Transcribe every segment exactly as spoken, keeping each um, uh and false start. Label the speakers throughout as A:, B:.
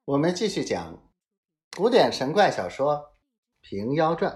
A: 我们继续讲古典神怪小说《平妖传》。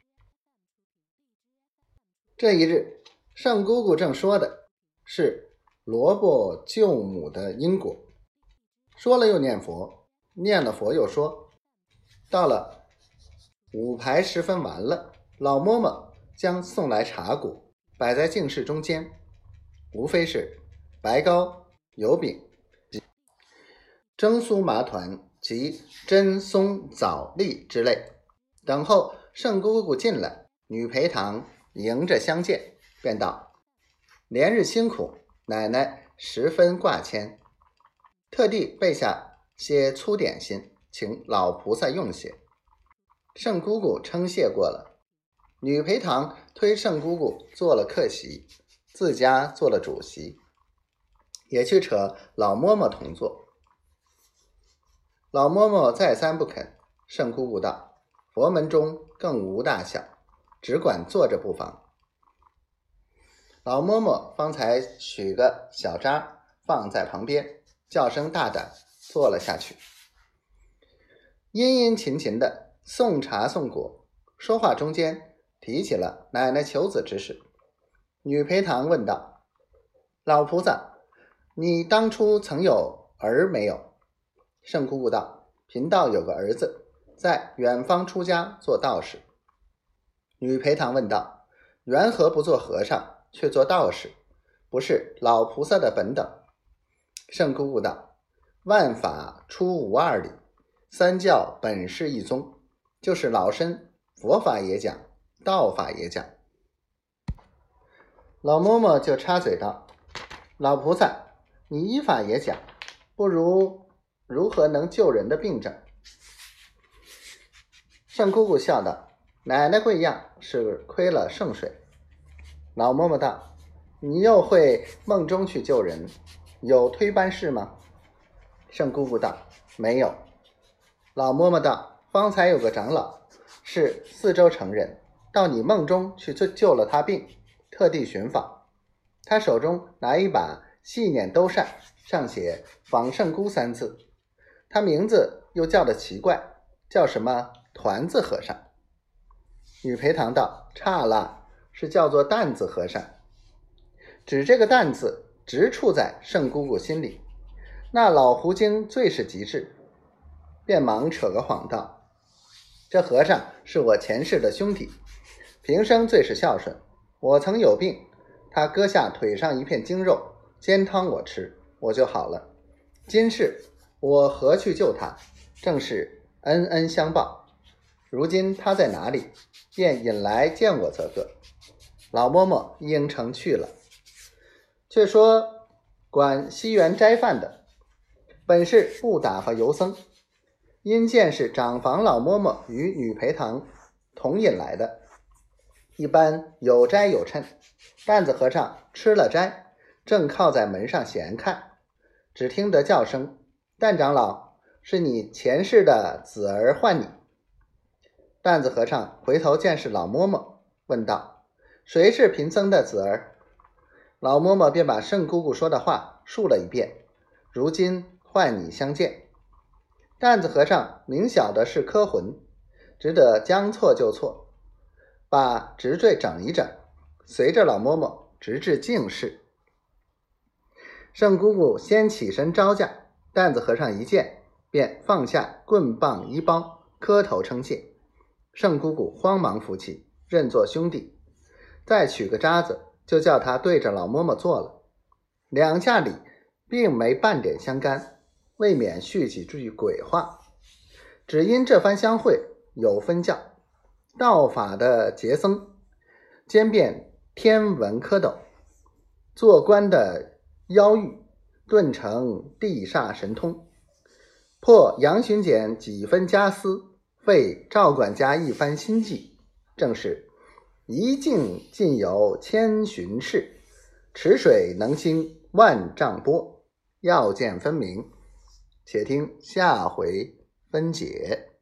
A: 这一日，圣姑姑正说的是萝卜救母的因果，说了又念佛，念了佛又说。到了午牌时分完了，老嬷嬷将送来茶果摆在净室中间，无非是白糕、油饼、蒸酥麻团及蒸松枣粒之类。等候圣姑姑进来，女陪堂迎着相见，便道：连日辛苦，奶奶十分挂牵，特地备下些粗点心，请老菩萨用些。圣姑姑称谢过了，女陪堂推圣姑姑做了客席，自家做了主席，也去扯老嬷嬷同坐。老嬷嬷再三不肯，圣姑姑道：佛门中更无大小，只管坐着不妨。老嬷嬷方才取个小渣放在旁边，叫声大胆，坐了下去。殷殷勤勤的送茶送果，说话中间提起了奶奶求子之事。女陪堂问道：老菩萨，你当初曾有儿没有？圣姑姑道：贫道有个儿子，在远方出家做道士。女陪堂问道：缘何不做和尚，却做道士？不是老菩萨的本等？圣姑姑道：万法出无二理，三教本是一宗，就是老身佛法也讲，道法也讲。老嬷嬷就插嘴道：老菩萨，你医法也讲，不如如何能救人的病症？圣姑姑笑道：奶奶贵样，是亏了圣水。老嬷嬷道：你又会梦中去救人，有推班事吗？圣姑姑道：没有。老嬷嬷道：方才有个长老是四周城人，到你梦中去救了他病，特地寻访，他手中拿一把细捻兜扇，上写访圣姑三字，他名字又叫得奇怪，叫什么团子和尚。女陪堂道：差了，是叫做担子和尚。指这个担子直触在圣姑姑心里，那老狐精最是极致，便忙扯个谎道：这和尚是我前世的兄弟，平生最是孝顺，我曾有病，他割下腿上一片精肉，煎汤我吃，我就好了。今世我何去救他，正是恩恩相报。如今他在哪里，便引来见我则个。老嬷嬷应承去了。却说管西园斋饭的，本是不打发游僧，因见是长房老嬷嬷与女陪堂同引来的，一般有斋有称。担子和尚吃了斋，正靠在门上闲看，只听得叫声：担长老，是你前世的子儿唤你。担子和尚回头见是老嬷嬷，问道：谁是贫僧的子儿？老嬷嬷便把圣姑姑说的话述了一遍，如今唤你相见。担子和尚明晓得是磕魂，只得将错就错，把直坠整一整，随着老嬷嬷直至净室。圣姑姑先起身招架，担子和尚一见，便放下棍棒衣包，磕头称谢。圣姑姑慌忙扶起，认作兄弟，再取个渣子，就叫他对着老嬷嬷做了。两下里并没半点相干，未免续几句鬼话。只因这番相会有分教，道法的杰僧兼变天文蝌蚪，做官的妖域顿成地煞神通，破杨巡检几分家私，费赵管家一番心计，正是一径尽有千寻事，池水能兴万丈波，要见分明。且听下回分解。